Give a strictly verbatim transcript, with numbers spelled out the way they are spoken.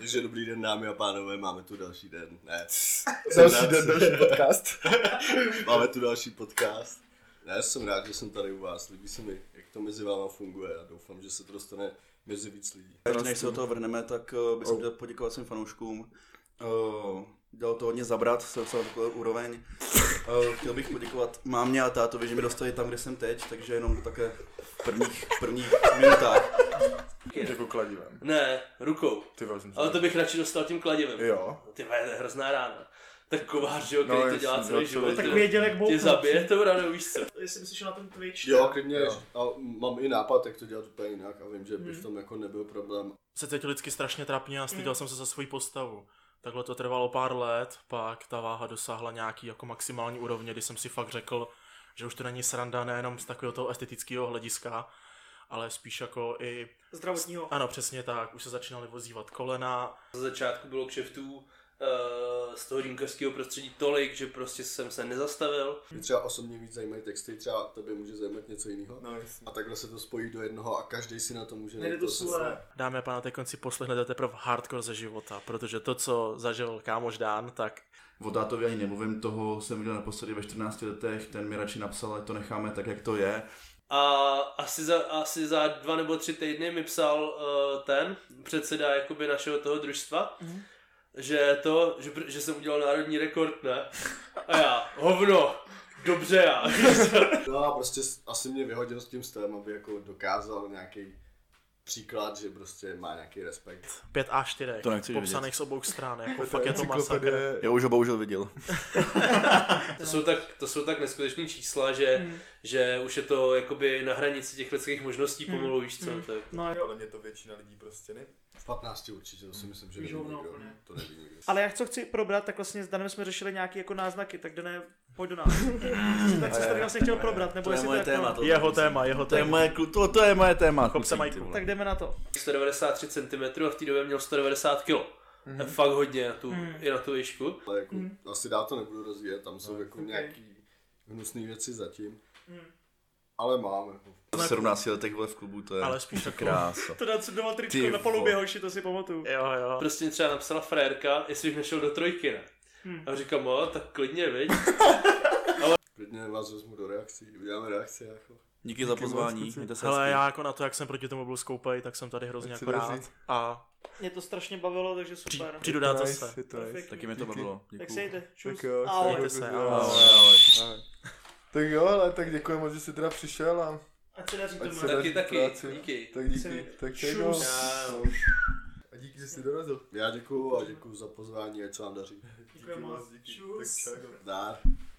Takže dobrý den, dámy a pánové, máme tu další den, ne. Další den, další podcast. Máme tu další podcast. Já jsem rád, že jsem tady u vás, líbí se mi, jak to mezi váma funguje a doufám, že se to dostane mezi víc lidí. Než se do toho vrhneme, tak uh, bych chtěl poděkovat svým fanouškům. Uh, dělalo to hodně zabrat, se dostal na takovou úroveň. Uh, chtěl bych poděkovat mámě a tátovi, že mi dostali tam, kde jsem teď, takže jenom také v prvních, v prvních minutách. Jako kladivem. Ne, rukou. Ty vlastně. Ale to bych radši dostal tím kladivem. Jo. Ty vole, to je hrozná rána. Tak kovář, že jo, který No, to dělá jasný, celý no, život. tak ty- věděl, jak Tě bouchnout. zabije to ráno, víš co. Jestli myslíš na ten Twitch. Jo, klidně, Jo. a mám i nápad, jak to dělat úplně jinak a vím, že by v tom jako nebyl problém. Se cítil vždycky strašně trapně a styděl mm. jsem se za svoji postavu. Takhle to trvalo pár let, pak ta váha dosáhla nějaký jako maximální úrovně, kdy jsem si fakt řekl, že už to není sranda nejenom z takového toho estetického hlediska, ale spíš jako i... Zdravotního. Ano, přesně tak, už se začínaly vozívat kolena. Za začátku bylo kšeftů uh, z toho rýmkařského prostředí tolik, že prostě jsem se nezastavil. Mě třeba osobně víc zajímají texty, třeba tebe může zajímat něco jiného. No, jasně. A takhle se to spojí do jednoho a každý si na to může Nejde najít to to, co své. Dámy a pánové, teď konci poslechnete teprve hardcore ze života, protože to, co zažil kámoš Dán, tak O tátovi ani nemluvím, toho jsem viděl naposledy ve čtrnácti letech, ten mi radši napsal, ať to necháme tak, jak to je. A asi za, asi za dva nebo tři týdny mi psal uh, ten předseda jakoby našeho toho družstva, mm. že to, že, že jsem udělal národní rekord, ne? A já, hovno, dobře já. No a prostě asi mě vyhodil s tím stylem, aby jako dokázal nějaký příklad, že prostě má nějaký respekt. pět á čtyři, To nechci popsaných vidět. z obou stran, jako fakt je to masakr. Encyklopedie. Já už ho bohužel viděl. To jsou tak, to jsou tak neskutečný čísla, že, Mm. že už je to jakoby na hranici těch lidských možností pomalu, víš co, Mm. tak. No, jo. Ale mě to většina lidí prostě ne. V patnácti určitě, to si myslím, že Víš, neví hovno nikdo. úplně. To neví nikdo. Ale jak co chci probrat, tak vlastně s Danem jsme řešili nějaké jako náznaky, tak Dané, pojď do nás. Tak co jsi tady vlastně chtěl probrat, nebo To je jestli moje to téma. jako... To, Jeho téma, jeho to, je téma. moje, to, to je moje téma. Chop se, kluci, Majku. ty vole. Tak jdeme na to. sto devadesát tři centimetrů a v té době měl sto devadesát kilo. Mm-hmm. Fakt hodně na tu, Mm. i na tu výšku. Ale jako, Mm. asi dál to nebudu rozvíjet, tam jsou jako okay. nějaký hnusné věci zatím. Mm. Ale máme. V sedmnácti letech vole v klubu, to je Ale spíš jako- krása. To dá co doma tričko Ty na palubě, vole. hoši, to si pamatuju. Jo, jo. Prostě mi třeba napsala frérka, jestli bych nešel do trojky, ne? Hmm. A říkám, no, tak klidně, viď? Klidně vás vezmu do reakcí, uděláme reakci jako. Díky za Díky moc, pozvání. kluci. Mějte se Hele, hezky. já jako na to, jak jsem proti tomu byl skoupej, tak jsem tady hrozně Tak si jako daří. rád. A Mě to strašně bavilo, takže při, super. přijdu dát Nice, zase. je to nice. Perfektní. Taky mě to Díky. bavilo. Jak Děkuju. se jde? Čus. Tak jo, Ahoj. Mějte se, ahoj. ahoj. Ahoj, ahoj. Ahoj. Tak jo, ale tak děkuji moc, že jsi teda přišel a Ať se daří Ať tomu. se Taky, daří taky, práci. díky. tak díky. Se- Tak Čus. čego. Čau. A díky, že jsi dorazil. Já děkuju a děkuju za pozvání, ať se vám daří. Děkuji moc. díky. Čus. Tak čau. Dár.